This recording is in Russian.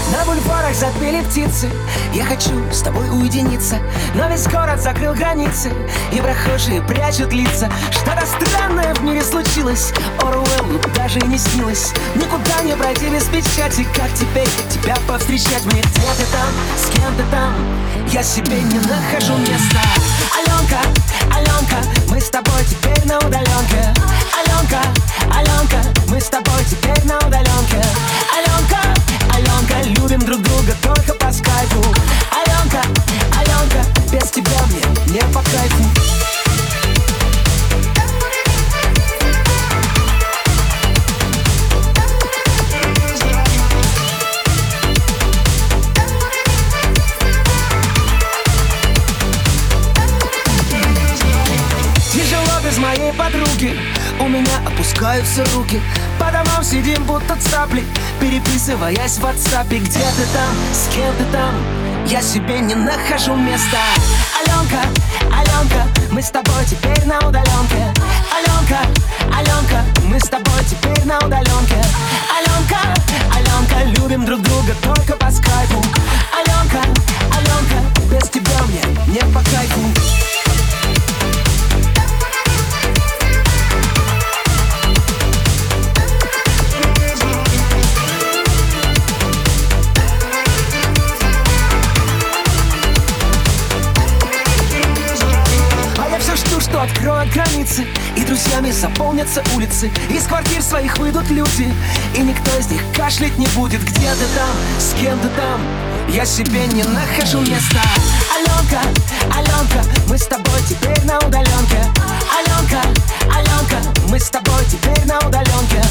На бульварах запели птицы, я хочу с тобой уединиться, но весь город закрыл границы, и прохожие прячут лица. Что-то странное в мире случилось, Оруэллу даже и не снилось. Никуда не пройти без печати, как теперь тебя повстречать мне? Где ты там, с кем ты там? Я себе не нахожу места. Аленка, Аленка, мы с тобой теперь на удаленке. Аленка, Аленка, мы с тобой теперь на удаленке. Аленка, Аленка, любим друг друга только по скайпу. Аленка, Аленка, без тебя мне не по кайфу. Тяжело без моей подруги, у меня опускаются руки. По домам сидим будто цапли, переписываясь в WhatsApp. Где ты там, с кем ты там? Я себе не нахожу места. Аленка, Аленка, мы с тобой теперь на удаленке. Аленка, Аленка, мы с тобой теперь на удаленке. Аленка, Аленка, любим друг друга только по скайпу. Аленка, Аленка, без тебя мне не по кайфу. Что откроют границы, и друзьями заполнятся улицы. Из квартир своих выйдут люди, и никто из них кашлять не будет. Где ты там, с кем ты там? Я себе не нахожу места. Аленка, Аленка, мы с тобой теперь на удаленке. Аленка, Аленка, мы с тобой теперь на удаленке.